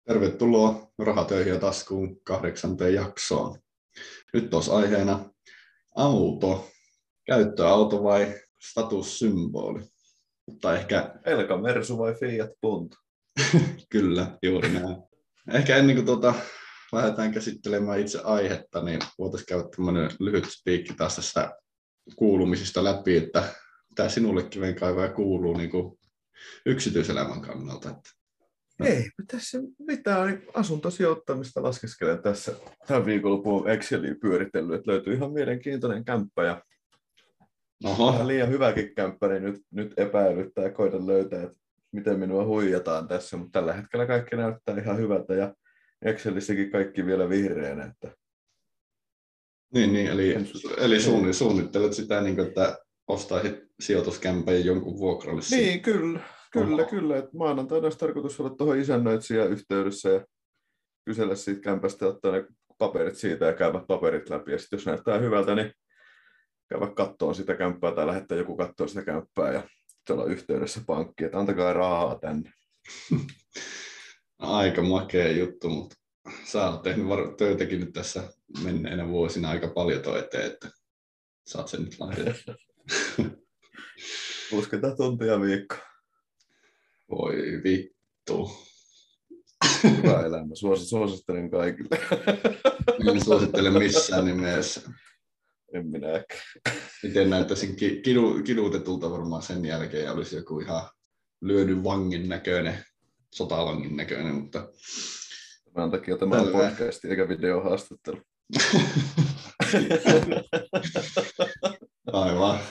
Tervetuloa Rahatöihin ja taskuun 8. jaksoon. Nyt olisi aiheena auto, käyttöauto vai statussymboli. Mutta ehkä... Elka Mersu vai Fiat Punto? Kyllä, juuri näin. Ehkä ennen kuin lähdetään käsittelemään itse aihetta, niin voitaisiin käydä tämmöinen lyhyt spiikki taas tästä kuulumisista läpi, että mitä sinullekin Venkaiva kuuluu niin kuin yksityiselämän kannalta. Ei tässä mitään. Asuntosijoittamista laskeskelen tässä. Tämän viikonlopun Exceliin pyöritellyt, että löytyy ihan mielenkiintoinen kämppä ja vähän liian hyväkin kämppä, niin nyt epäilyttää ja koitan löytää, että miten minua huijataan tässä, mutta tällä hetkellä kaikki näyttää ihan hyvältä ja Excelissäkin kaikki vielä vihreänä. Että... Niin, eli suunnittelet sitä, että ostaisit sijoituskämpän jonkun vuokralle. Niin, kyllä. Että maanantaina olisi tarkoitus olla tuohon isännöitsijän yhteydessä ja kysellä siitä kämpästä, ottaa ne paperit siitä ja käydä paperit läpi. Ja sitten jos näyttää hyvältä, niin käydä katsoa sitä kämppää tai lähettää joku katsoa sitä kämppää ja olla yhteydessä pankkiin, että antakaa rahaa tänne. Aika makea juttu, mutta sä oot tehnyt töitäkin nyt tässä menneinä vuosina aika paljon eteen, että saat sen nyt lahdettua. Lusketaan tuntia viikko. Voi vittu. Hyvä elämä. Suosittelen kaikille. En suosittele missään nimessä. En minäkään. Miten näyttäisin kidutetulta varmaan sen jälkeen ja olisi joku ihan lyödyn vangin näköinen, sotavangin näköinen, mutta... Tämän takia tämä on podcast eikä videohaastattelu. Aivan.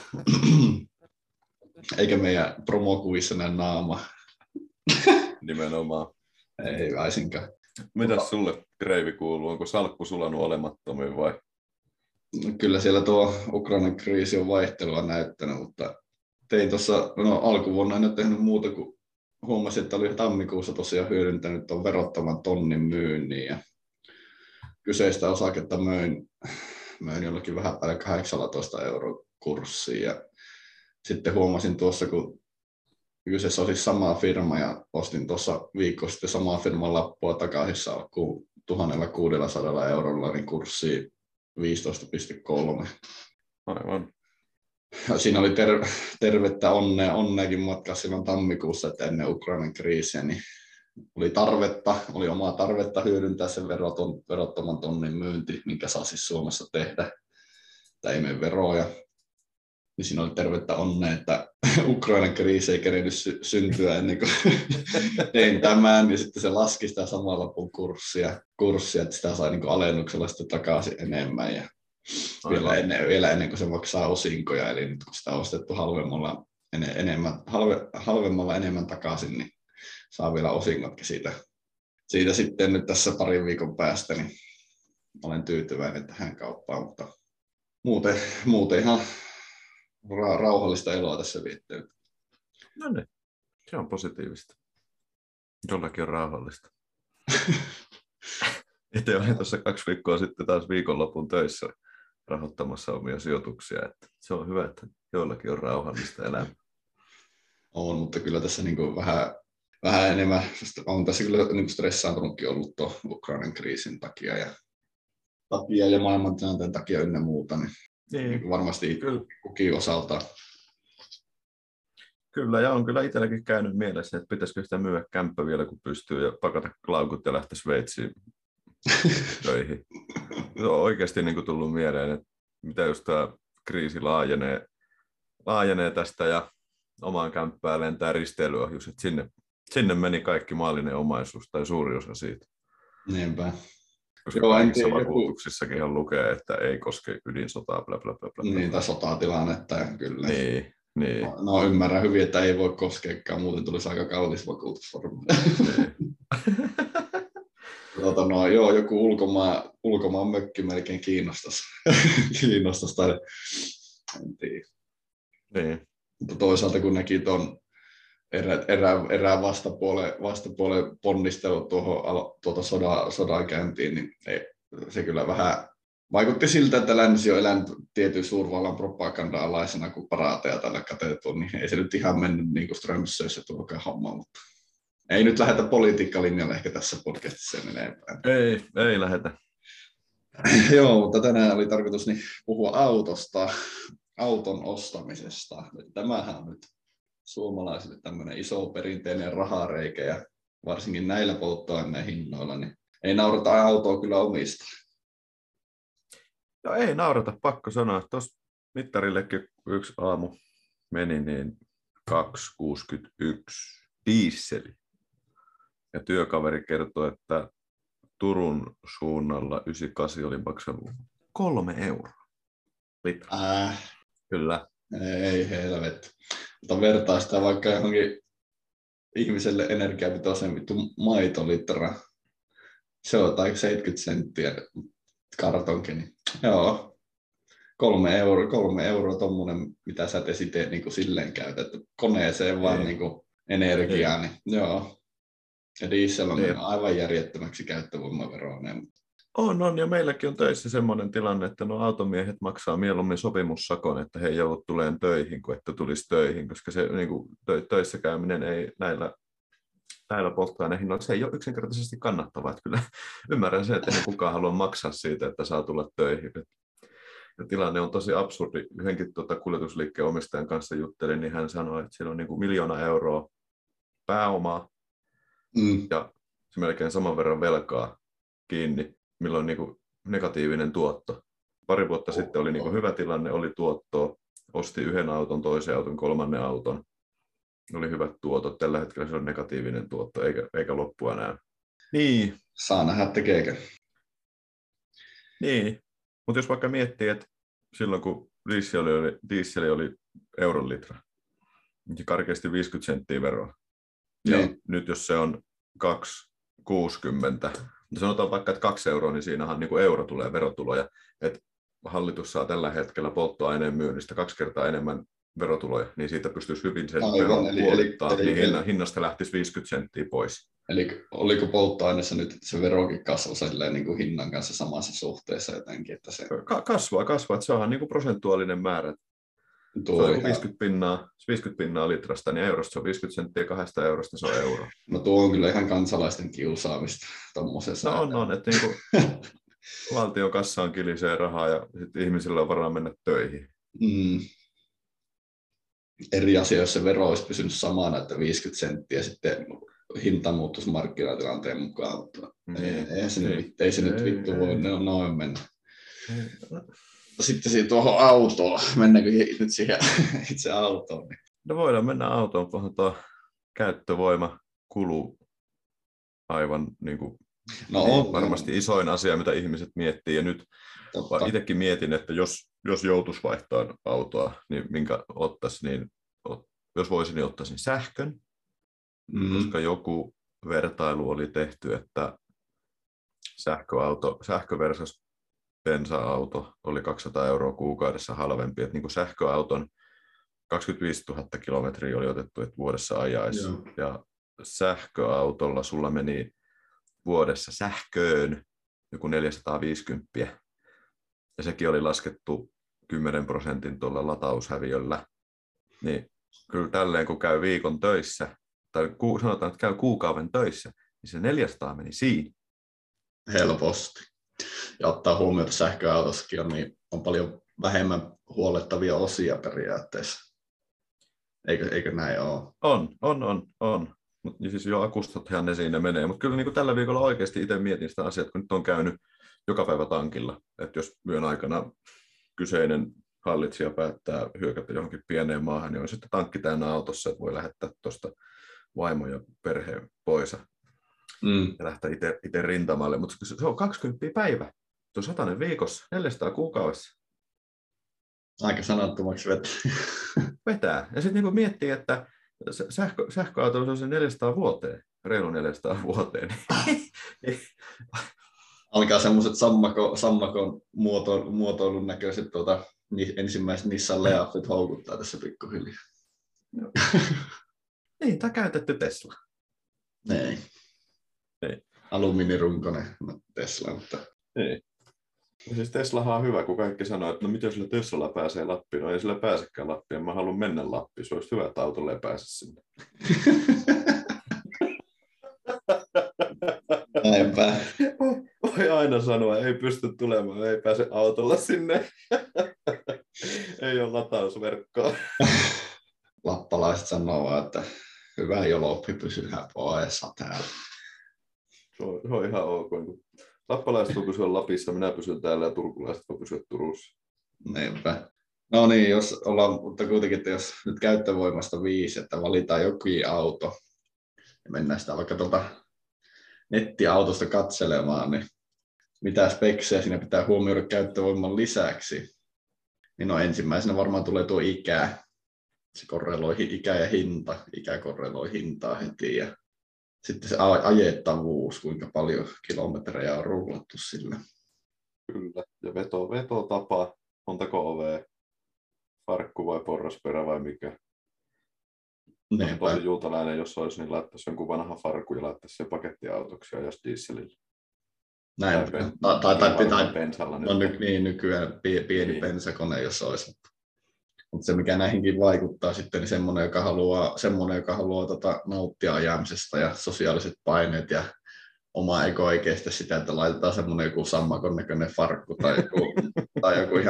Eikä meidän promokuvissa näe naama. Nimenomaan. Ei laisinkaan. Mitäs sulle, Kreivi, kuuluu? Onko salkku sulanut olemattomiin vai? Kyllä siellä tuo Ukrainan kriisi on vaihtelua näyttänyt, mutta tein tuossa alkuvuonna en ole tehnyt muuta kuin huomasin, että oli tammikuussa tosiaan hyödyntänyt tuon verottoman tonnin myynnin ja kyseistä osaketta möin jollakin vähän päälle 18 € kurssiin ja sitten huomasin tuossa, kun kyseessä on siis sama firma ja ostin tuossa viikko sitten samaa firman lappua takaisin salkkuun 1600 €, niin kurssiin 15,3. Aivan. Ja siinä oli tervettä onneakin matkaa silloin tammikuussa, että ennen Ukrainan kriisiä, niin oli omaa tarvetta hyödyntää sen verottoman tonnin myynti, minkä saa siis Suomessa tehdä, tai ei mene veroja. Niin siinä oli tervettä onnea, että Ukrainan kriisi ei kerennyt syntyä ennen kuin tein tämän, ja sitten se laski sitä saman lapun kurssia, että sitä sai niin kuin alennuksella sitten takaisin enemmän, ja vielä ennen kuin se maksaa osinkoja, eli nyt kun sitä on ostettu halvemmalla enemmän takaisin, niin saa vielä osingotkin siitä sitten nyt tässä parin viikon päästä, niin olen tyytyväinen tähän kauppaan, mutta muuten ihan rauhallista eloa tässä viitteellä. No niin, se on positiivista. Jollakin on rauhallista. Itse olin tuossa 2 viikkoa sitten taas viikonlopun töissä rahoittamassa omia sijoituksia. Että se on hyvä, että jollakin on rauhallista elämää. On, mutta kyllä tässä niin kuin vähän enemmän, on tässä kyllä niin kuin stressaantunutkin ollut tuon Ukrainan kriisin takia ja maailmantilanteen takia ynnä muuta. Niin varmasti kukin osaltaan. Kyllä, ja on kyllä itselläkin käynyt mielessä, että pitäisikö sitä myyä kämppä vielä, kun pystyy, ja pakata laukut ja lähteä Sveitsiin töihin. Se on oikeasti niin kuin tullut mieleen, että mitä jos tämä kriisi laajenee tästä ja omaan kämppään lentää risteilyohjus, että sinne meni kaikki maallinen omaisuus tai suuri osa siitä. Niinpä. Koska kaikissa vakuutuksissakin on lukee, että ei koske ydinsotaa, bla bla bla. Niin, tai sotatilannetta, kyllä. Niin. No ymmärrän hyvin, että ei voi koskeekaan, muuten tulisi aika kallis vakuutus varmaan. Niin. Joku ulkomaan mökki melkein kiinnostaisi tai en tiedä. Niin. Mutta toisaalta kun näki tuon erään vastapuolen ponnistelu tuota sodan käyntiin, niin se kyllä vähän vaikutti siltä, että länsi on elänyt tietyn suurvallan propaganda-alaisena, kun paraateja tällä katettu, niin ei se nyt ihan mennyt niin kuin Strömsössä tuokaan homma, mutta Ei nyt lähdetä politiikkalinjalle ehkä tässä podcastissa enempää. Ei lähetä. Joo, mutta tänään oli tarkoitus puhua autosta, auton ostamisesta. Tämähän on nyt suomalaisille tämmöinen iso perinteinen rahareikä ja varsinkin näillä polttoaineen hinnoilla, niin ei naurata autoa kyllä omistaa. No ei naurata, pakko sanoa. Tuossa mittarillekin yksi aamu meni niin 2,61 dieseli. Ja työkaveri kertoi, että Turun suunnalla 98 oli maksanut 3 euroa litra. Kyllä. Ei helvetti. Mutta vertaa sitä vaikka johonkin ihmiselle energiapitoisen vittu maitolitra. Se on tai 70 senttiä kartonki. Niin. Joo. 3 euroa tommonen, mitä sä et itse niin silleen käytät. Koneeseen vaan niin energiaa. Niin, joo. Ja diesel on aivan järjettömäksi käyttövoimaveroinen. On, ja meilläkin on töissä semmoinen tilanne, että automiehet maksaa mieluummin sopimussakon, että he joudut tulemaan töihin, kuin että tulisi töihin, koska se niin kuin, töissä käyminen ei näillä polttoainehinnoilla, se ei ole yksinkertaisesti kannattavaa. Että kyllä ymmärrän sen, että ei kukaan halua maksaa siitä, että saa tulla töihin. Ja tilanne on tosi absurdi. Yhdenkin kuljetusliikkeen omistajan kanssa juttelin, niin hän sanoi, että siellä on niin kuin 1 000 000 euroa pääomaa, ja se melkein saman verran velkaa kiinni, milloin niin kuin negatiivinen tuotto. Pari vuotta sitten oli niin kuin hyvä tilanne, oli tuottoa, osti 1 auton, toisen auton, 3. auton. Oli hyvät tuotot. Tällä hetkellä se on negatiivinen tuotto, eikä loppua näy. Niin. Saa nähdä, tekeekö. Niin, mutta jos vaikka miettii, että silloin kun diesel oli euron litra, niin karkeasti 50 senttiä veroa. Ja nyt jos se on 2,60, mutta sanotaan vaikka, että 2 euroa, niin siinähän niin kuin euro tulee verotuloja. Että hallitus saa tällä hetkellä polttoaineen myynnistä 2 kertaa enemmän verotuloja, niin siitä pystyisi hyvin sen veron puolittaa, niin hinnasta lähtisi 50 senttiä pois. Eli oliko polttoaineessa nyt, että se verokin kasvoi niin kuin hinnan kanssa samassa suhteessa jotenkin? Että se kasvaa, että se on niin kuin prosentuaalinen määrä. Se on 50 pinnaa litrasta, niin eurosta se on 50 senttiä, 2 eurosta se on euro. No tuo on kyllä ihan kansalaisten kiusaamista tommosessa. No on, että niin kuin valtion kassaan kilisee rahaa ja sitten ihmisillä on varaa mennä töihin. Eri asia, jos se vero olisi pysynyt samana, että 50 senttiä sitten hinta muuttuisi markkinatilanteen mukaan, mutta ei se nyt vittu voi noin mennä. Sitten tuohon autoon, mennäänkö nyt siihen itse autoon? Niin. No voidaan mennä autoon, kunhan tuo käyttövoima kuluu aivan niin kuin varmasti isoin asia, mitä ihmiset miettii. Ja nyt itsekin mietin, että jos joutuisi vaihtamaan autoa, niin minkä ottaisi, niin jos voisin, niin ottaisin sähkön, koska joku vertailu oli tehty, että sähkö versus bensa-auto oli 200 euroa kuukaudessa halvempi. Että niin kuin sähköauton 25 000 kilometriä oli otettu, että vuodessa ajaisi. Ja sähköautolla sulla meni vuodessa sähköön joku 450. Ja sekin oli laskettu 10% tuolla lataushäviöllä. Niin kyllä tälleen kun käy viikon töissä, tai sanotaan, että käy kuukauden töissä, niin se 400 meni siinä. Helposti. Ja ottaa huomioon, että sähköautossakin on paljon vähemmän huolettavia osia periaatteessa. Eikö näin ole? On. Ja siis jo akustothan ne siinä menee. Mutta kyllä niin kuin tällä viikolla oikeasti itse mietin sitä asiaa, kun nyt on käynyt joka päivä tankilla. Että jos yön aikana kyseinen hallitsija päättää hyökätä johonkin pieneen maahan, niin on sitten tankki täynnä autossa, että voi lähettää tuosta vaimo ja perheen pois ja lähteä itse rintamalle. Mutta se on 20 päivä. Se on 100 viikossa, 400 kuukaudessa. Aika sanattomaksi vetää. Ja sitten niin miettii, että sähköauto on se 400 vuoteen, reilu 400 vuoteen. Alkaa semmoiset sammakon muotoilun näköiset ensimmäiset Nissan Leafit houkuttaa tässä pikkuhiljaa. No. Niin, tämä käytetty Tesla. Ei. Alumiinirunkoinen Tesla, mutta ei. Ja siis Teslahan on hyvä, kun kaikki sanoo, että no miten sillä Teslalla pääsee Lappiin? No ei sillä pääsekään Lappiin, mä haluan mennä Lappiin. Se olisi hyvä, että autolle ei pääse sinne. Näinpä. Voi aina sanoa, ei pysty tulemaan, ei pääse autolla sinne. Ei ole latausverkkoa. Lappalaiset sanoo vaan, että hyvä joloppi, pysyhän poissa täällä. Se on ihan ok. Lappalaiset voi pysyä Lapissa, minä pysyn täällä ja turkulaiset voi pysyä Turussa. Niinpä. No niin, jos ollaan, mutta kuitenkin, että jos nyt käyttövoimasta 5, että valitaan jokin auto ja mennään sitä vaikka nettiautosta katselemaan, niin mitä speksejä siinä pitää huomioida käyttövoiman lisäksi? Niin no ensimmäisenä varmaan tulee tuo ikä. Se korreloi ikä ja hinta. Ikä korreloi hintaa heti. Ja sitten se ajettavuus, kuinka paljon kilometrejä on rullattu sillä. Kyllä. Ja vetotapa. Montako ovea? Farkku vai porrasperä vai mikä? On tosi juutalainen, jos olisi, niin laittaisi jonkun vanha farkku ja laittaisi sen pakettiautoksi ja jos dieselillä. Näin. Tai pensalla. No nykyään pieni bensakone, jos olisi. Mutta se, mikä näihinkin vaikuttaa sitten, niin semmoinen, joka haluaa nauttia ajamisesta ja sosiaaliset paineet ja oma ego ei kestä sitä, että laitetaan semmoinen joku sammakon näköinen farkku tai joku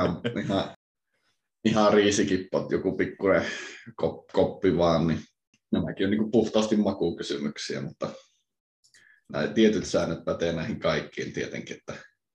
ihan riisikippot, joku pikkuinen koppi vaan, niin nämäkin on niin puhtaasti makukysymyksiä, mutta nämä tietyt säännöt pätee näihin kaikkiin tietenkin, että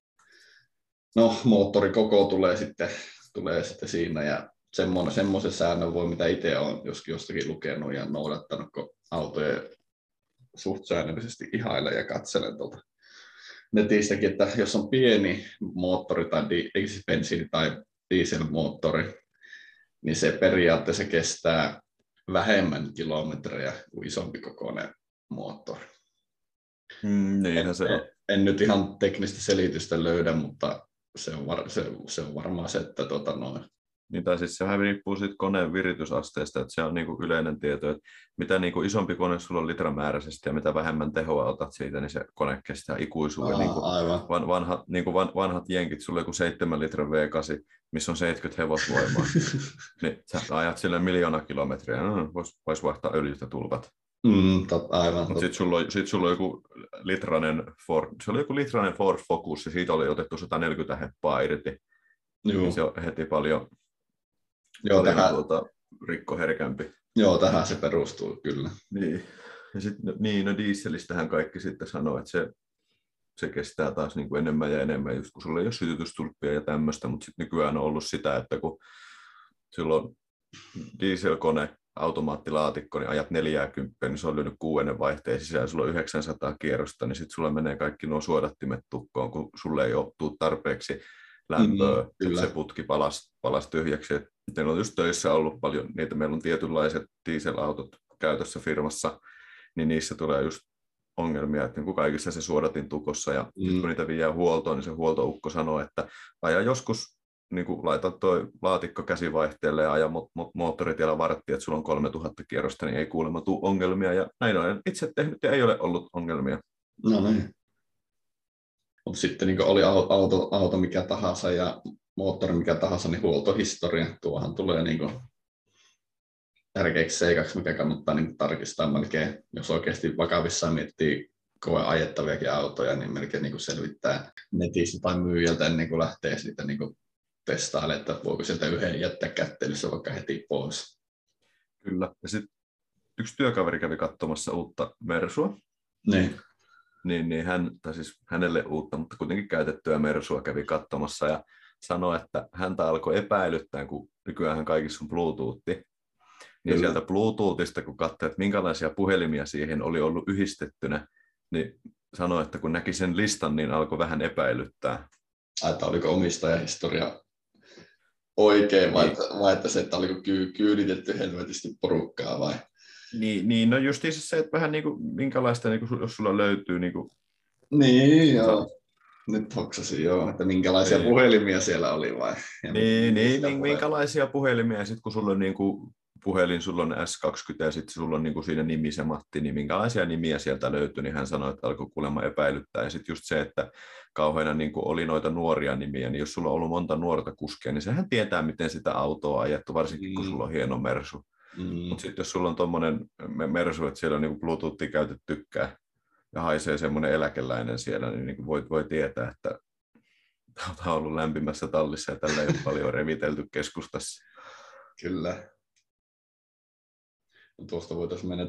no moottorikoko tulee sitten siinä ja semmoisen säännön voi, mitä itse olen joskin jostakin lukenut ja noudattanut, kun autoja suht säännöllisesti ihailen ja katselen tuolta netistäkin, että jos on pieni moottori tai siis bensiini- tai dieselmoottori, niin se periaatteessa kestää vähemmän kilometrejä kuin isompi kokoinen moottori. Niinhän se on. En nyt ihan teknistä selitystä löydä, mutta se on varmaan se, että Niin, tai siis sehän riippuu siitä koneen viritysasteesta, että se on niin kuin yleinen tieto, että mitä niin kuin isompi kone sulla on litramääräisesti ja mitä vähemmän tehoa otat siitä, niin se kone kestää ikuisuuden. Niin kuin vanhat jenkit, sulla on joku 7 litran V8, missä on 70 hevosvoimaa, niin sä ajat sille 1 000 000 kilometriä, vois vaihtaa öljystä tulpat. Aivan. Mutta sitten sulla on joku litrainen Ford Focus, ja siitä oli otettu 140 heppaa irti. Niin se on heti paljon rikkoherkämpi. Joo, tähän se perustuu kyllä. Niin. Ja sitten no dieselistähän kaikki sitten sanoo, että se kestää taas niin kuin enemmän ja enemmän, just kun sulla ei ole sytytystulppia ja tämmöistä, mutta sitten nykyään on ollut sitä, että kun sulla on dieselkone, automaattilaatikko, niin ajat 40, niin se on lyönyt 6 vaihteen sisään, sulla on 900 kierrosta, niin sitten sulla menee kaikki nuo suodattimet tukkoon, kun sulle ei ole tarpeeksi lämpöä, että se putki palasi tyhjäksi. Meillä on just töissä ollut paljon niitä, meillä on tietynlaiset dieselautot käytössä firmassa, niin niissä tulee just ongelmia, että kun kaikissa se suodatin tukossa, ja sitten kun niitä viedään huoltoon, niin se huoltoukko sanoo, että aja joskus niin laita tuo laatikko käsivaihteelle ja aja moottoritiellä varttia, että sulla on 3000 kierrosta, niin ei kuulemma tule ongelmia, ja näin olen itse tehnyt, ja ei ole ollut ongelmia. No niin. Mutta sitten niin oli auto mikä tahansa ja moottori mikä tahansa, niin huoltohistoria. Tuohan tulee niin tärkeäksi seikaksi, mikä kannattaa niin tarkistaa melkein. Jos oikeasti vakavissaan miettii koe ajettaviakin autoja, niin melkein niin selvittää netistä tai myyjältä ennen kuin lähtee siitä niin testailemaan, että voiko sieltä yhden jättää kättelyssä vaikka heti pois. Kyllä. Ja sitten yksi työkaveri kävi katsomassa uutta Mersua. Niin hänelle uutta, mutta kuitenkin käytettyä Mersua kävi katsomassa ja sanoi, että häntä alkoi epäilyttää, kun nykyään kaikissa on Bluetooth. Niin sieltä Bluetoothista, kun katsoi, että minkälaisia puhelimia siihen oli ollut yhdistettynä, niin sanoi, että kun näki sen listan, niin alkoi vähän epäilyttää. Että oliko omistajahistoria oikein vai että se, että oliko kyyditetty helvetisti porukkaa vai? Niin, no justiinsa se, että vähän niin kuin, minkälaista, niin kuin, jos sulla löytyy... Niin, joo. Nyt hoksasin joo, että minkälaisia puhelimia siellä oli vai? Minkälaisia puhelimia, ja sitten kun sulla on niin kuin puhelin, sulla on S20 ja sitten sulla on niin kuin siinä nimi se Matti, niin minkälaisia nimiä sieltä löytyi, niin hän sanoi, että alkoi kuulemma epäilyttää. Ja sitten just se, että kauheana niin kuin oli noita nuoria nimiä, niin jos sulla on ollut monta nuorta kuskia, niin sehän tietää, miten sitä autoa on ajettu, varsinkin kun sulla on hieno Mersu. Mutta sitten jos sulla on tuommoinen Mersu, että siellä on niin Bluetoothia käytettykään, ja haisee semmoinen eläkeläinen siellä, niin kuin voi tietää, että tämä on ollut lämpimässä tallissa ja tällä ei ole paljon revitelty keskustassa. Kyllä. Tuosta voitaisiin mennä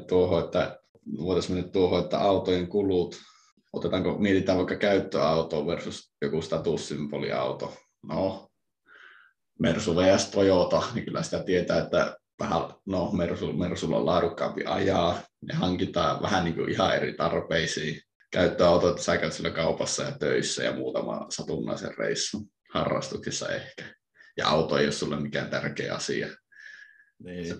tuohon, että autojen kulut, mietitään vaikka käyttöauto versus joku statussymboliauto. No, Mersu vs Toyota, niin kyllä sitä tietää, että Mersulla on laadukkaampi ajaa, ne hankitaan vähän niin kuin ihan eri tarpeisiin. Käyttöauto, että sä käyt sillä kaupassa ja töissä ja muutama satunnaisen reissun harrastuksissa ehkä. Ja auto ei ole sulle mikään tärkeä asia. Niin.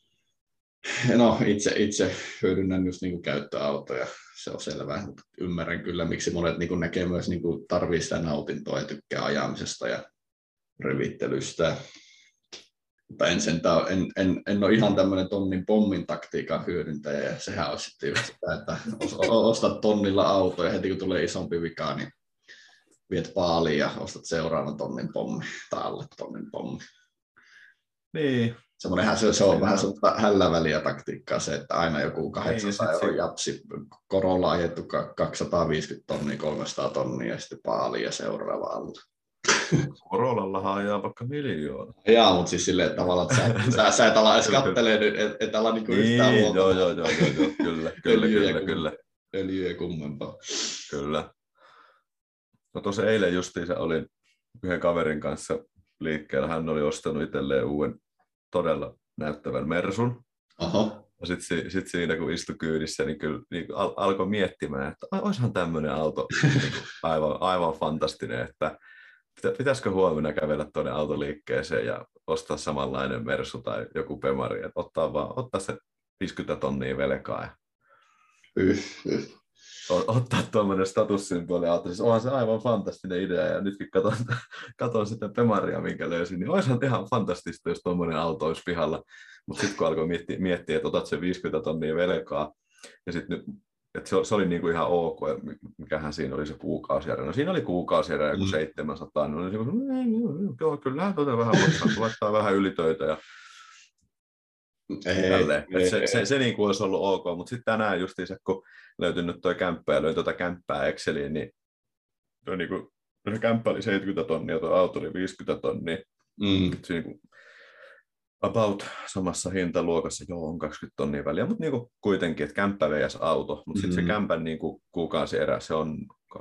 No, itse hyödynnän just niin käyttöautoja, se on selvää, mutta ymmärrän kyllä, miksi monet niin näkee myös niin tarvii sitä nautintoa ja tykkää ajamisesta ja revittelystä. Mutta en ole ihan tämmöinen tonnin pommin taktiikan hyödyntäjä, ja sehän on sitten just sitä, että ostat tonnilla autoja, heti kun tulee isompi vika, niin viet paaliin ja ostat seuraavan tonnin pommi tai alle tonnin pommi. Niin. Semmoinenhan se on vähän sellaista hälläväliä taktiikkaa se, että aina joku 800 € japsi, Corolla ajettu 250 tonnia, 300 tonnia ja sitten paali ja seuraava alla. Corollallahan ajaa vaikka 1 000 000. Jaa, mutta siis silleen tavalla, että sä et ala edes kattelee nyt, et ala niinku yhtään huolta. Joo, kyllä. Öljyä kummempaa. Kyllä. No tuossa eilen justiinsa olin yhden kaverin kanssa liikkeellä. Hän oli ostanut itselleen uuden todella näyttävän Mersun. Oho. Ja sitten siinä kun istui kyydissä, niin kyllä niin alkoi miettimään, että olisihan tämmöinen auto niin aivan fantastinen, että pitäisikö huomenna kävellä tuonne autoliikkeeseen ja ostaa samanlainen Mersu tai joku Bemari, että ottaa se 50 tonnia velkaa ja ottaa tuommoinen statussymboli auto. Siis onhan se aivan fantastinen idea ja nytkin katon sitä Bemaria, minkä löysin, niin olisihan ihan fantastista, jos tuommoinen auto olisi pihalla. Mutta sitten kun alkoi miettiä, että otat sen 50 tonnia velkaa ja sitten että se oli niinku ihan ok, mikähän siinä oli se kuukausierä. No siinä oli kuukausierä joku 700, niin oli joo, kyllähän vähän laittaa vähän ylitöitä ja se niinku olisi ollut ok, mutta sitten tänään justiinsa, kun löytyi nyt toi kämppä ja löin tuota kämppää Exceliin, niin niinku, se kämppä oli 70 tonnia, tuo auto oli 50 tonnia. Se niinku, about samassa hintaluokassa, joo, on 20 tonnia väliä, mutta niinku kuitenkin, että kämppä vs. auto, mutta sitten se kämpän niinku kuukausierä, se on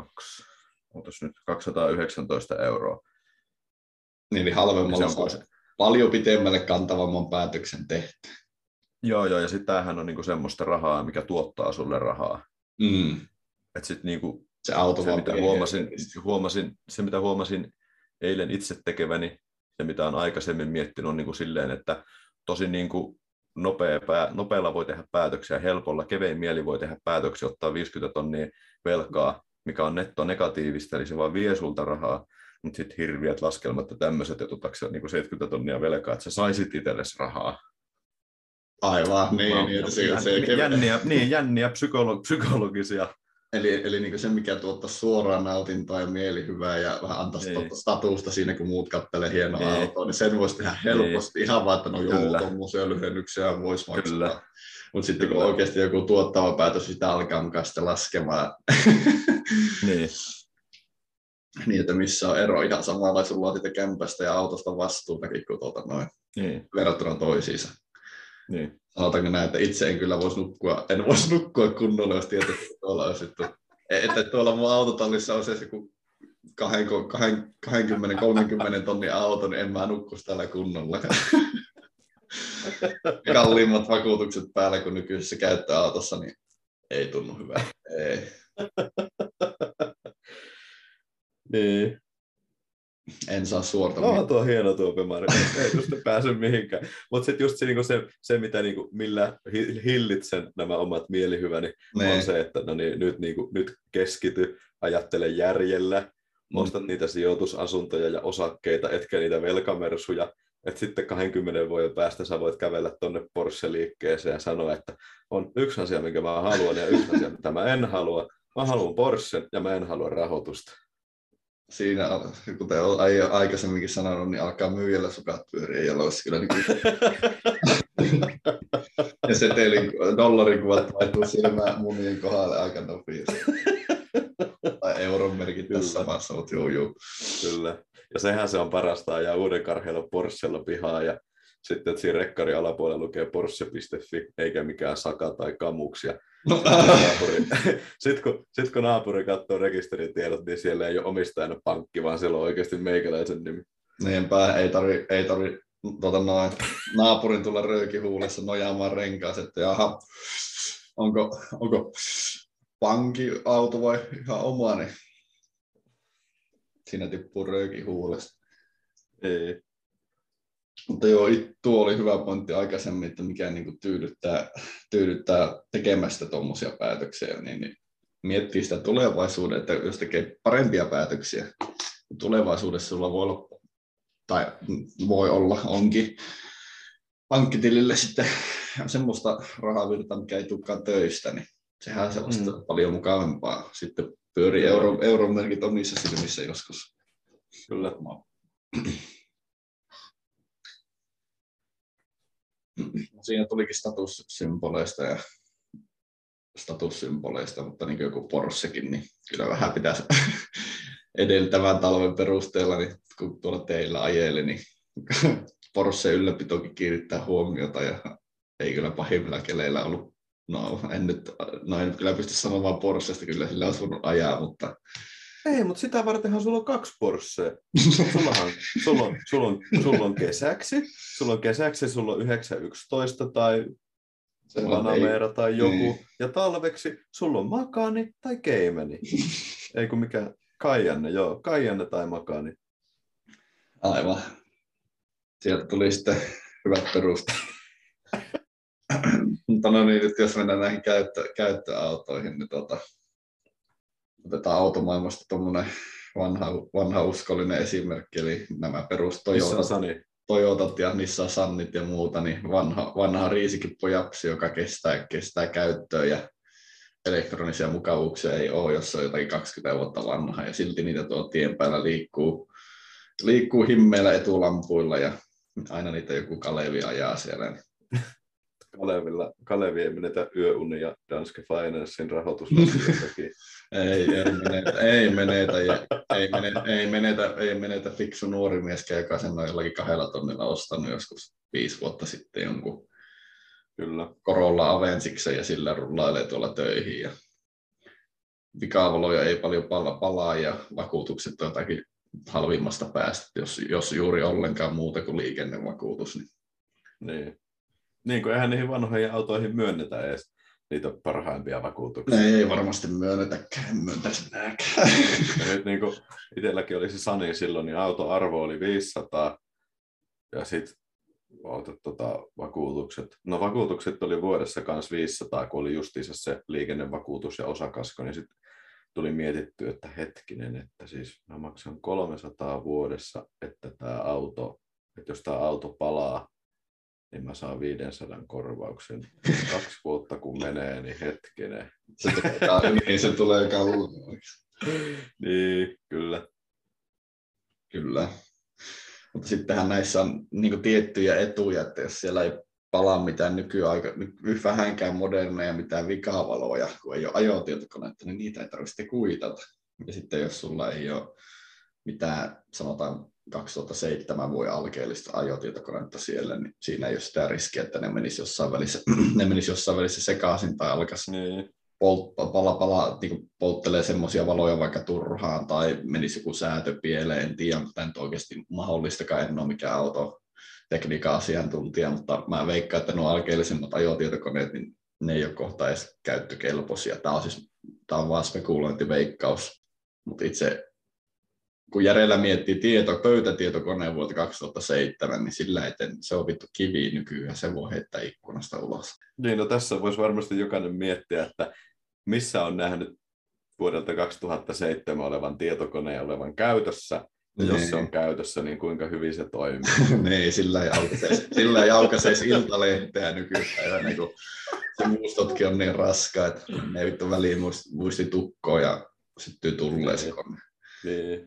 219 €. Niin halvemmalla saa paljon pitemmälle kantavamman päätöksen tehty. Joo, ja sitten tämähän on niinku semmoista rahaa, mikä tuottaa sulle rahaa. Että sitten niinku, se auto se, mitä huomasin eilen itse tekeväni, se mitä on aikaisemmin miettinyt on niin kuin silleen, että tosi niin kuin nopealla voi tehdä päätöksiä, helpolla, kevein mieli voi tehdä päätöksiä, ottaa 50 tonnia velkaa, mikä on netto negatiivista, eli se vaan vie sulta rahaa, mutta sitten hirviät laskelmat ja tämmöiset, että otatko niin 70 tonnia velkaa, että sä saisit itsellesi rahaa. Aivan, jänniä psykologisia. Eli niin se, mikä tuottaa suoraan nautintoa ja mielihyvää ja vähän antaa statusta siinä, kun muut kattelee hienoa autoa, niin sen voisi tehdä helposti ihan vaan, että no joo, tuommoisia lyhennyksiä voisi maksaa. Mutta sitten kun oikeasti joku tuottava päätös, sitä alkaa mukaan sitten laskemaan. Niin, että missä on ero ihan samalla, sulla on siitä kämpästä ja autosta vastuutakin kuin verrattuna toisiinsa. Niin. Sanotaanko näin, että itse en kyllä voisi nukkua kunnolla, jos tietysti tuolla olisi, että tuolla mun autotallissa on se joku 20-30 tonnin auto, niin en mä nukkuisi täällä kunnolla. Kalliimmat vakuutukset päällä kuin nykyisessä käyttöautossa, niin ei tunnu hyvää. Ei. Niin. En saa suorta. No tuo hieno tuo Bemari, ei tuosta pääse mihinkään. Mutta sitten just se mitä niinku, millä hillitsen nämä omat mielihyväni, on se, että no niin, nyt keskity, ajattele järjellä, ostat niitä sijoitusasuntoja ja osakkeita, etkä niitä velkamersuja. Että sitten 20 vuoden päästä sä voit kävellä tuonne Porsche-liikkeeseen ja sanoa, että on yksi asia, minkä mä haluan ja yksi asia, mitä mä en halua. Mä haluan Porschen ja mä en halua rahoitusta. Siinä, kuten olen aikaisemminkin sanonut, niin alkaa myyjällä sukat pyöriä jaloissa. Kyllä niin Ja setelin dollarikuvat vaihtuu silmään munien kohdalle aika nopeasti. Tai euron merkit tässä samassa, mutta juu. Kyllä. Ja sehän se on parasta ajaa uuden karheilla Porschella pihaa ja sitten, että siinä rekkarin alapuolella lukee Porsche.fi, eikä mikään Saka tai Kamux. Ja sitten kun naapuri katsoo rekisteritiedot, niin siellä ei ole omistajana pankki, vaan siellä on oikeasti meikäläisen nimi. Niinpä, ei tarvi naapurin tulla röökihuulessa nojaamaan renkaaseen, että jaha, onko pankkiauto vai ihan oma, niin siinä tippuu röökihuulessa. Ei. Mutta joo, tuo oli hyvä pointti aikaisemmin, että mikä niin kuin tyydyttää tekemästä tuommoisia päätöksiä, niin miettii sitä tulevaisuuden, että jos tekee parempia päätöksiä, niin tulevaisuudessa sulla onkin pankkitilille sitten semmoista rahavirtaa, mikä ei tulekaan töistä, niin sehän on sellaista paljon mukavampaa. Sitten pyörii euromerkit omissa silmissä joskus. Kyllä. Siinä tulikin statussymboleista, mutta niin kuin joku Porschekin, niin kyllä vähän pitäisi edeltävän talven perusteella, niin kun tuolla teillä ajeli, niin Porsche ylläpitokin kiinnittää huomiota ja ei kyllä pahimmilla keleillä ollut. En kyllä pysty sanomaan Porschesta, kyllä sillä olisi voinut ajaa, mutta ei, mutta sitä vartenhan sulla on 2 Porschea. Sulla on kesäksi, sulla on 911 tai Panamera tai joku. Niin. Ja talveksi sulla on Makani tai Keimeni. Ei kun mikä Cayenne tai Makani. Aivan. Sieltä tuli sitten hyvät perusteet. Mutta no niin, nyt jos mennään näihin käyttöautoihin, niin otetaan automaailmasta tuommoinen vanha uskollinen esimerkki, eli nämä Toyotat ja Nissan Sunnit ja muuta, niin vanha riisikippo japsi, joka kestää käyttöön ja elektronisia mukavuuksia ei ole, jos on jotakin 20 vuotta vanha ja silti niitä tuolla tien päällä liikkuu himmeillä etulampuilla ja aina niitä joku Kalevi ajaa siellä. Niin. Kalevi ei menetä yöunia ja Danske Financein rahoituslaskijotakin. Ei menetä fiksu nuori mieskään, joka sen on jollakin 2 tonnilla ostanut joskus 5 vuotta sitten jonkun Corolla Avensiksen ja sillä rullailee tuolla töihin. Ja vikavaloja ei paljon palaa ja vakuutukset on jotakin halvimmasta päästä, jos juuri ollenkaan muuta kuin liikennevakuutus. Niin kuin eihän niihin vanhoihin autoihin myönnetä edes niitä parhaimpia vakuutuksia. Ei varmasti myönnetäkään, en myöntäisi minäkään. Nyt niin kuin itselläkin oli se Sunny silloin, niin autoarvo oli 500 ja sitten vakuutukset. No vakuutukset oli vuodessa kans 500, kun oli justiinsa se liikennevakuutus ja osakasko, niin sitten tuli mietitty, että hetkinen, että siis mä maksan 300 vuodessa, että jos tämä auto palaa, niin mä saan 500 korvauksen. 2 vuotta kun menee, niin hetkinen. Se tulee kalliimmaksi. Niin, kyllä. Kyllä. Mutta sittenhän näissä on niin tiettyjä etuja, että jos siellä ei palaa mitään vähänkään moderneja, mitään vikavaloja, kun ei ole ajotietokoneita, niin niitä ei tarvitse kuitata. Ja sitten jos sulla ei ole mitään, sanotaan 2007 vuoden alkeellista ajotietokonetta siellä, niin siinä ei ole sitä riskiä, että ne menisi jossain välissä sekaisin tai alkaisi niin polttelee semmoisia valoja vaikka turhaan tai menisi joku säätö pieleen. En tiedä, onko tämä nyt oikeasti mahdollistakaan, en ole mikään autotekniikan asiantuntija, mutta mä veikkaan, että nuo alkeellisemmat ajotietokoneet, niin ne ei ole kohta edes käyttökelpoisia. Tämä on vaan spekulointiveikkaus, mutta itse kun järjellä miettii pöytätietokoneen vuotta 2007, niin sillä eteen se on vittu kivi nykyään, se voi heittää ikkunasta ulos. Niin, no tässä voisi varmasti jokainen miettiä, että missä on nähnyt vuodelta 2007 olevan tietokoneen olevan käytössä, ja jos se on käytössä, niin kuinka hyvin se toimii. Niin, sillä ei aukaseisi iltalehteä nykypäivänä, kun se muustotkin on niin raskaat, että ne vittu väliin muisti tukkoon ja syttyy tulleen se kone. Niin.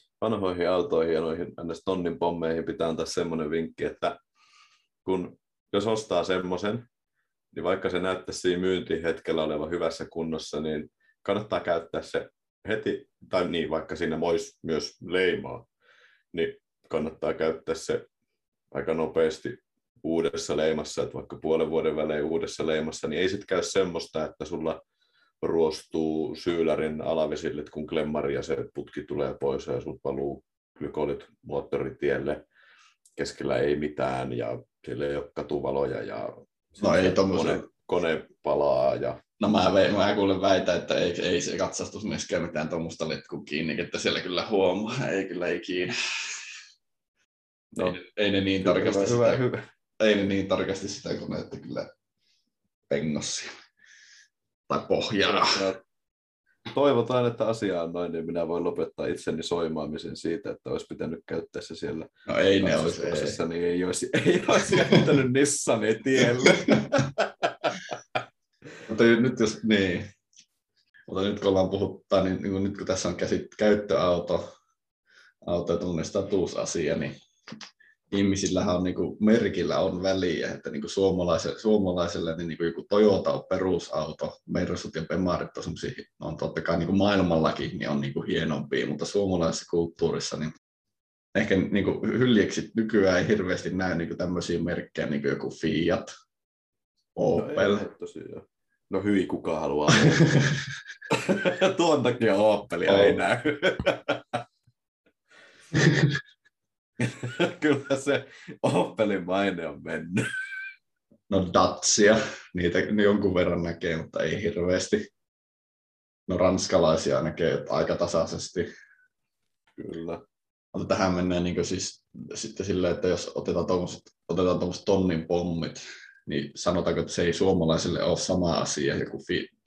Vanhoihin autoihin ja noihin tonnin pommeihin pitää antaa semmoinen vinkki, että kun jos ostaa semmoisen, niin vaikka se näyttäisi siinä myyntihetkellä olevan hyvässä kunnossa, niin kannattaa käyttää se heti, tai niin, vaikka siinä voisi myös leimaa, niin kannattaa käyttää se aika nopeasti uudessa leimassa, että vaikka puolen vuoden välein uudessa leimassa, niin ei sitten käy semmoista, että sulla ruostuu syylärin alavesille, kun klemmari ja se putki tulee pois ja sut valuu glykolit moottoritielle. Keskellä ei mitään ja siellä ei ole katuvaloja ja kone palaa. Ja... No mä kuulen väitä, että ei se katsastus myöskään mitään tuommoista letkun kiinni, että siellä kyllä huomaa, ei kyllä ikinä. No, ei ne niin tarkasti hyvä. Ei ne niin tarkasti sitä koneetta kyllä pengossia tai pohjaa. Toivotaan, että asia on noin, niin minä voin lopettaa itseni soimaamisen siitä, että olisi pitänyt käyttää se siellä. No ei ne olisi. Niin ei olisi jättänyt Nissani tielle. Mutta nyt kun ollaan puhuttaa, niin nyt kun tässä on käyttöauto ja tuollainen statusasia, niin ihmisillähän on merkillä on väliä, että suomalaiselle niin joku Toyota on perusauto, Mersut ja Bemarit on semmoisia, on totta kai maailmallakin niin on hienompia, mutta suomalaisessa kulttuurissa niin ehkä hyljeksi nykyään ei hirveästi näe tämmöisiä merkkejä, niin kuin joku Fiat, Opel. No hyi, kuka haluaa. Tuon takia Opelia ei näy. Kyllä se Opelin maine on mennyt. No Dacia, niitä jonkun verran näkee, mutta ei hirveästi. No ranskalaisia näkee aika tasaisesti. Kyllä. Mutta tähän menee siis sitten silleen, että jos otetaan tuommoiset tonnin pommit, niin sanotaanko, että se ei suomalaisille ole sama asia, joku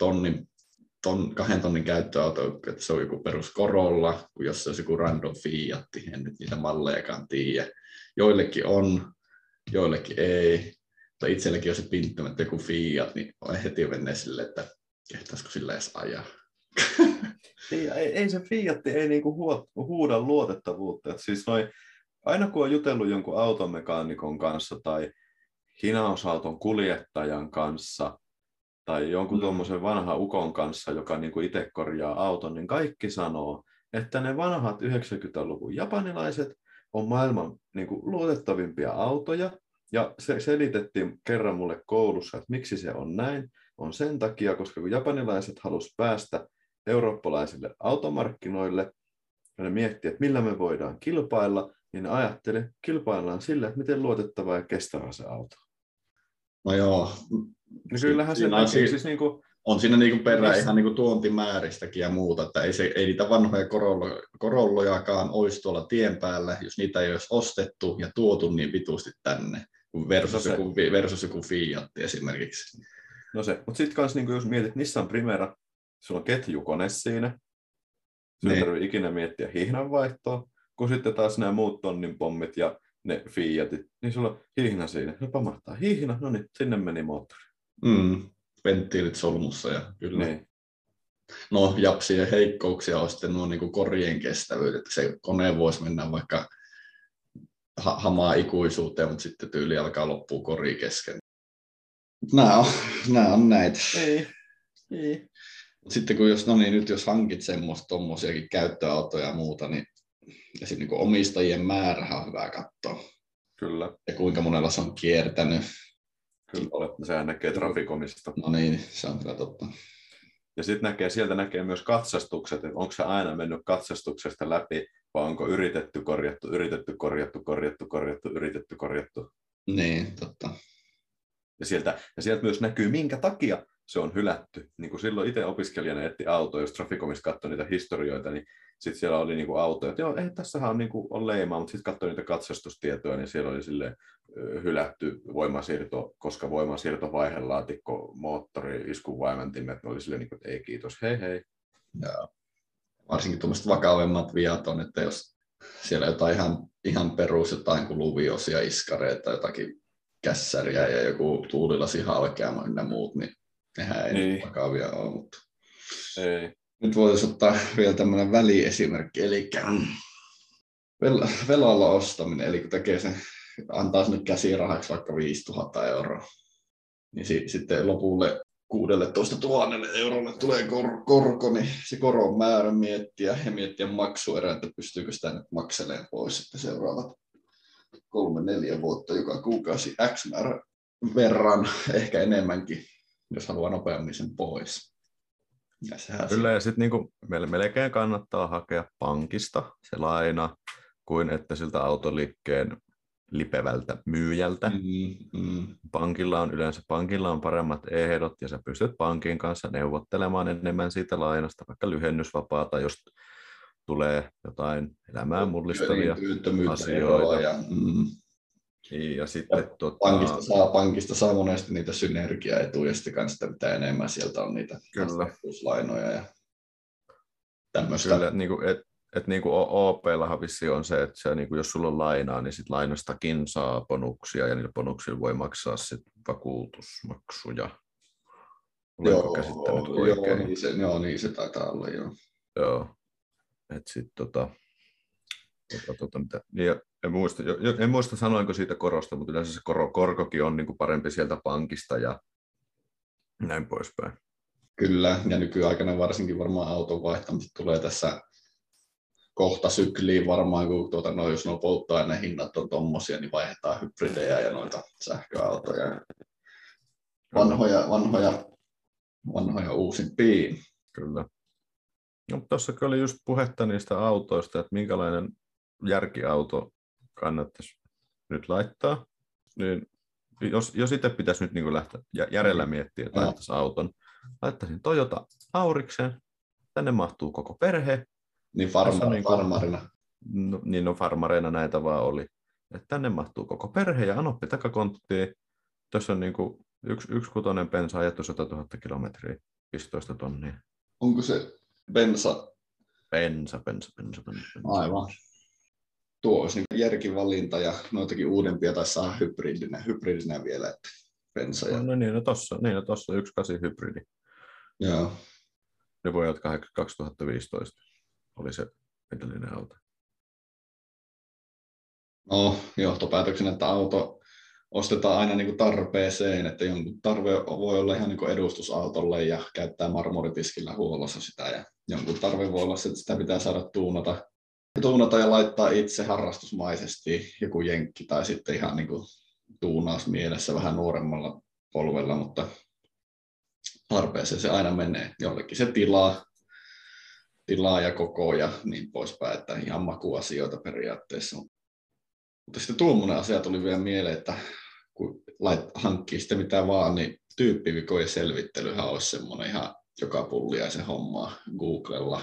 2 tonnin käyttöauto, että se on joku perus Corolla, kun jos se olisi joku random Fiat, en nyt niitä mallejakaan tiedä. Joillekin on, joillekin ei, mutta itselläkin jos se pinttyy, että joku Fiat, niin on heti menee silleen, että kehtaisiko sillä edes ajaa. Ei se Fiat ei huuda luotettavuutta. Et siis aina kun on jutellut jonkun automekaanikon kanssa tai hinausauton kuljettajan kanssa tai jonkun tuommoisen vanhan ukon kanssa, joka itse korjaa auton, niin kaikki sanoo, että ne vanhat 90-luvun japanilaiset on maailman luotettavimpia autoja. Ja se selitettiin kerran mulle koulussa, että miksi se on näin. On sen takia, koska kun japanilaiset halusivat päästä eurooppalaisille automarkkinoille ja ne miettii, että millä me voidaan kilpailla, niin ne ajattelee, että kilpaillaan sillä, että miten luotettava ja kestävä se auto. No joo. Niin kyllähän se näkyy. Siis on siinä perää ihan tuontimääristäkin ja muuta, että ei niitä vanhoja Corollojakaan olisi tuolla tien päällä, jos niitä ei olisi ostettu ja tuotu niin vitusti tänne, versus joku Fiat esimerkiksi. No se, mutta sitten kanssa jos mietit Nissan Primera, sulla on ketjukone siinä, sinun ei tarvitse ikinä miettiä hihnanvaihtoa, kun sitten taas nämä muut tonnin pommit ja ne Fiatit, niin sulla on hihna siinä, se pamahtaa hihna, no niin, sinne meni moottori. Venttiilit solmussa ja kyllä. Niin. No japsien heikkouksia on sitten nuo korjien kestävyys, että se kone voisi mennä vaikka hamaa ikuisuuteen, mutta sitten tyyli alkaa loppua kori kesken. Nämä on näitä. Ei. Sitten kun jos hankit tuommoisiakin käyttöautoja ja muuta, niin omistajien määrä on hyvä katsoa. Kyllä. Ja kuinka monella se on kiertänyt. Kyllä, sehän näkee Traficomista. No niin, se on kyllä totta. Ja sitten sieltä näkee myös katsastukset, että onko se aina mennyt katsastuksesta läpi, vai onko yritetty korjattu. Niin, totta. Ja sieltä myös näkyy, minkä takia se on hylätty. Niin kuin silloin itse opiskelijana etti autoa, jos Traficomista katsoi niitä historioita, niin sitten siellä oli autoja, että joo, ei, tässähän on leimaa, mutta sitten katsoi niitä katsastustietoja, niin siellä oli silleen hylätty voimasiirto, koska voimasiirtovaihelaatikko, moottori, iskuvaimentimet, oli silleen, että ei kiitos, hei. Ja varsinkin tuommoiset vakavemmat viat on, että jos siellä jotain ihan perus, jotain kuin luviosia, iskareita, jotakin kässäriä ja joku tuulilasi halkeama ynnä muut, niin nehän ei vakavia ole. Mutta ei. Nyt voitaisiin ottaa vielä tämmöinen väliesimerkki, eli velalla ostaminen, eli kun tekee sen antaa sinne käsirahaksi vaikka 5 000 euroa, niin sitten lopulle 16 000 eurolle tulee korko, niin se koron määrä miettiä maksuerää, että pystyykö sitä nyt makselemaan pois sitten seuraavat 3-4 vuotta joka kuukausi X määrä verran, ehkä enemmänkin, jos haluaa nopeammin sen pois. Kyllä, ja sitten niinku, meille melkein kannattaa hakea pankista se laina, kuin että siltä autoliikkeen lipevältä myyjältä. Pankilla on paremmat ehdot, ja sä pystyt pankin kanssa neuvottelemaan enemmän siitä lainasta, vaikka lyhennysvapaata, jos tulee jotain elämää mullistavia asioita. Ja sitten, pankista saa monesti niitä synergiaetuja, sitten kanssa mitä enemmän sieltä on niitä lainoja ja tämmöistä. Kyllä, niin kuin OP-lahan vissi on se, että se, niin kuin jos sulla on lainaa, niin sit lainastakin saa bonuksia, ja niillä bonuksilla voi maksaa sit vakuutusmaksuja. Olenko käsittänyt oikein? Niin se taitaa olla, joo. Joo. Et sit mitä. En muista sanoinko siitä korosta, mutta yleensä se korkokin on niin kuin parempi sieltä pankista ja näin poispäin. Kyllä, ja nykyaikana varsinkin varmaan auton vaihtamista tulee tässä kohta sykliin varmaan, kun jos nuo polttoainehinnat on tommosia, niin vaihdetaan hybridejä ja noita sähköautoja. Vanhoja uusimpiin. Kyllä. No, tuossa oli just puhetta niistä autoista, että minkälainen järkiauto kannattaisi nyt laittaa. Niin jos itse pitäisi nyt niin lähteä järjellä miettiä, että laittaisi auton, laittaisin Toyota Aurikseen. Tänne mahtuu koko perhe. Niin farmarina. Niin farmareina näitä vaan oli. Että tänne mahtuu koko perhe ja anoppi takakonttiin. Tuossa on niinku 1.6 bensa ajettu 100 000 kilometriä, 15 tonnia. Onko se bensa? Bensa. Aivan. Tuo olisi niin järkivalinta ja noitakin uudempia taisi saada hybridinä vielä, että bensa. Ja... No tossa 1.8 hybridi. Joo. Ne voi olla 2015 oli se edellinen auto. No, johtopäätöksenä, että auto ostetaan aina niin kuin tarpeeseen, että jonkun tarve voi olla ihan niin kuin edustusautolle ja käyttää marmoritiskillä huollossa sitä, ja jonkun tarve voi olla, että sitä pitää saada tuunata ja laittaa itse harrastusmaisesti joku jenkki, tai sitten ihan niin kuin tuunausmielessä vähän nuoremmalla polvella, mutta tarpeeseen se aina menee. Jollekin se tilaa ja koko ja niin poispäin, että ihan makuasioita periaatteessa. Mutta sitten tuommoinen asia tuli vielä mieleen, että kun hankkii sitten mitä vaan, niin tyyppivikojen selvittelyhän olisi semmoinen ihan joka pulliaisen hommaa Googlella.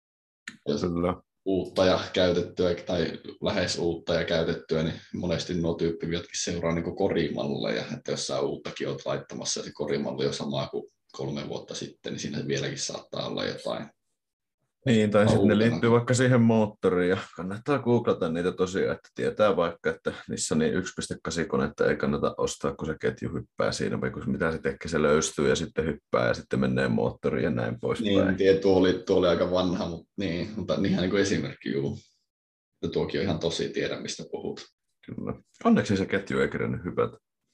Uutta ja käytettyä tai lähes uutta ja käytettyä, niin monesti nuo tyyppivitkin seuraa niin kuin korimalleja, että jos sä uuttakin olet laittamassa ja se korimalli on samaa kuin 3 vuotta sitten, niin siinä vieläkin saattaa olla jotain. Niin, tai sitten ne liittyy vaikka siihen moottoriin, ja kannattaa googlata niitä tosiaan, että tietää vaikka, että Nissanin 1.8-konetta ei kannata ostaa, kun se ketju hyppää siinä, vai kun mitä se tekee, se löystyy ja sitten hyppää ja sitten menee moottoriin ja näin poispäin. Niin, tuo oli aika vanha, mutta ihan niin kuin esimerkki, juu. Ja tuokin on ihan tosi, tiedä mistä puhut. Kyllä. Onneksi se ketju ei kerennyt hypätä.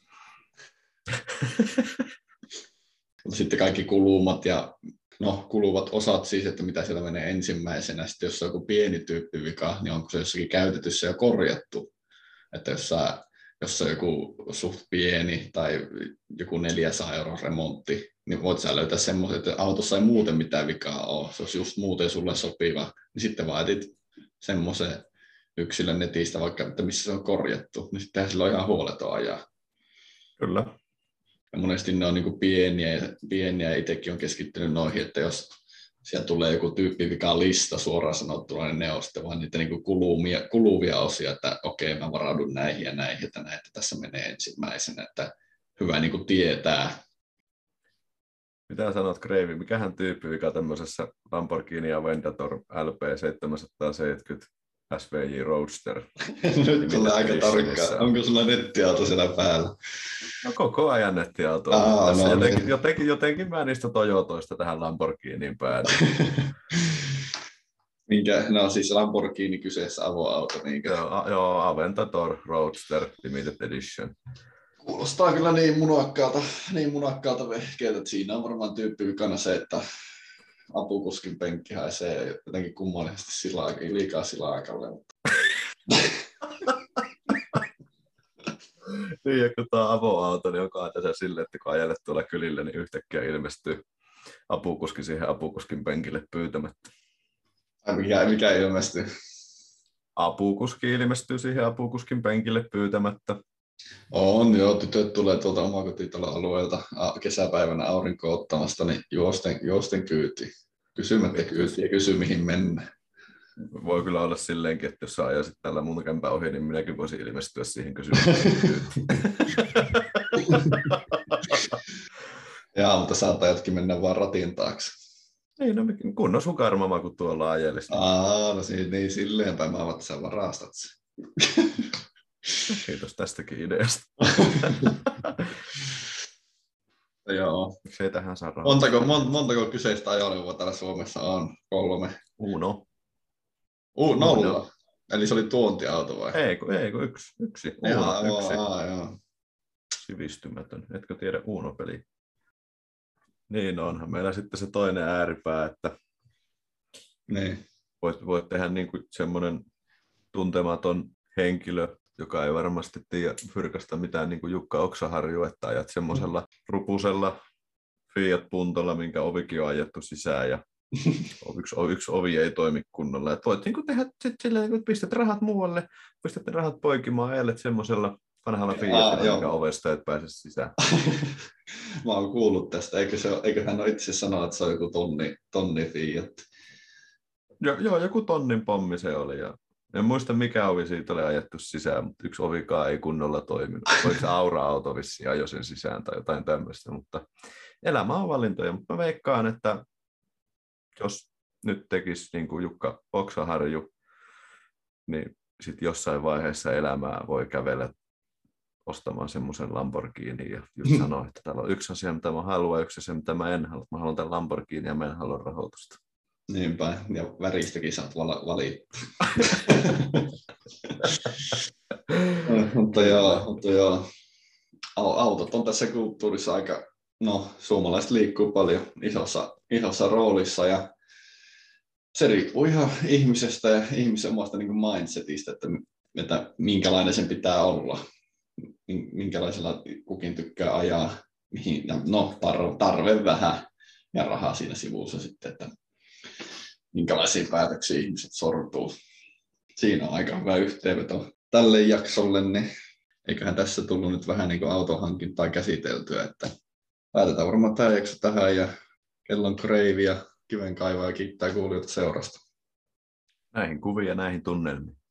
Sitten kaikki kulumat ja kuluvat osat siis, että mitä siellä menee ensimmäisenä. Sitten jos on joku pieni tyyppivika, niin onko se jossakin käytetyssä jo korjattu. Että jos on joku suht pieni tai joku 400 € remontti, niin voit sä löytää semmoisen, että autossa ei muuten mitään vikaa ole. Se olisi just muuten sulle sopiva. Niin sitten vaatit semmoisen yksilön netistä, vaikka että missä se on korjattu. Niin sittenhän sillä on ihan huoleton ajaa. Kyllä. Ja monesti ne on niin kuin pieniä ja itsekin on keskittynyt noihin, että jos siellä tulee joku tyyppivika lista suoraan sanottuna, niin ne on sitten vaan niitä niin kuin kuluvia osia, että okei, mä varaudun näihin ja näihin, että näitä tässä menee ensimmäisenä, että hyvä niin kuin tietää. Mitä sanot, Kreivi, mikähän tyyppivika tämmöisessä Lamborghini Aventador LP 770 SVJ Roadster? Nyt tulee aika tarkkaan. Onko sulla nettiauto siellä päällä? No koko ajan nettiauto. Jotenkin mä niistä Toyotoista tähän Lamborghiniin päädyin. No siis Lamborghini kyseessä avoauto. Joo, Aventador Roadster Limited Edition. Kuulostaa kyllä niin munakkaalta vehkeeltä, että siinä on varmaan tyyppi vikana se, että apukuskin penkki haisee jotenkin kummallisesti liikaa silakalle. Niin, ja kun tämä avoauto, niin onkaan tässä silleen, että kun ajelet tuolla kylillä, niin yhtäkkiä ilmestyy apukuski siihen apukuskin penkille pyytämättä. Mikä ilmestyy? Apukuski ilmestyy siihen apukuskin penkille pyytämättä. On joo, tytöt tulee tuolta omakotitalon alueelta kesäpäivänä aurinko ottamasta, niin juosten kyytiin. Kysymättä kyytiin ja kysy mihin mennään. Voi kyllä olla silleenkin, että jos sä ajaisit tällä mun kämpää ohi, niin minäkin voisin ilmestyä siihen kysymykseen kyytiin. Jaa, mutta saattaa jotkin mennä vaan ratin taakse. Niin, no kunnon sukarmama, kun tuolla ajelisi. No niin silleenpäin mä että sä varastat sen. Kiitos tästäkin ideasta. Joo. Miksei tähän saa rahaa? Montako kyseistä ajoneuvoa täällä Suomessa on? 3. Uno. 0. Eli se oli tuontiauto vai? Ei kun yksi. Yksi. Joo. Sivistymätön. Etkö tiedä Uno-peliä? Niin onhan meillä sitten se toinen ääripää, että niin. Voit tehdä niin kuin semmoinen tuntematon henkilö, joka ei varmasti tiedä fyrkasta mitään niin kuin Jukka Oksaharju, että ajat semmoisella rupusella Fiat-puntolla, minkä ovikin on ajettu sisään ja yksi ovi ei toimi kunnolla. Et voit niin kuin tehdä silleen, että pistät rahat muualle, pistät rahat poikimaan, ajelet semmoisella vanhalla Fiatilla, minkä ovesta et pääse sisään. Mä oon kuullut tästä. Eikö hän ole itse sanoa, että se on joku tonni Fiat? Joo, joku tonnin pommi se oli. Ja en muista mikä ovi siitä oli ajettu sisään, mutta yksi ovikaan ei kunnolla toiminut. Oliko se Aura-auto vissiin ajoi sen sisään tai jotain tämmöistä, mutta elämä on valintoja. Mutta mä veikkaan, että jos nyt tekisi niin kuin Jukka Oksaharju, niin sitten jossain vaiheessa elämää voi kävellä ostamaan semmoisen Lamborghini ja just sanoa, että täällä on yksi asia, mitä mä haluan, yksi asia, mitä mä en halua. Mä haluan tämän Lamborghini ja mä en halua rahoitusta. Niinpä, ja väristäkin saat valittaa. mutta joo, autot on tässä kulttuurissa aika, suomalaiset liikkuu paljon isossa roolissa, ja se riippuu ihan ihmisestä ja ihmisen omasta niin kuin mindsetistä, että minkälainen sen pitää olla, minkälaisella kukin tykkää ajaa, mihin, tarve vähän ja rahaa siinä sivussa sitten, että minkälaisiin päätöksiin ihmiset sortuu. Siinä on aika hyvä yhteenveto tälle jaksolle, niin eiköhän tässä tullut nyt vähän niin kuin autohankintaa käsiteltyä, että päätetään varmaan tämä jakso tähän ja kellon kreivi ja kivenkaivaa ja kiittää kuulijoita seurasta. Näihin kuviin ja näihin tunnelmiin.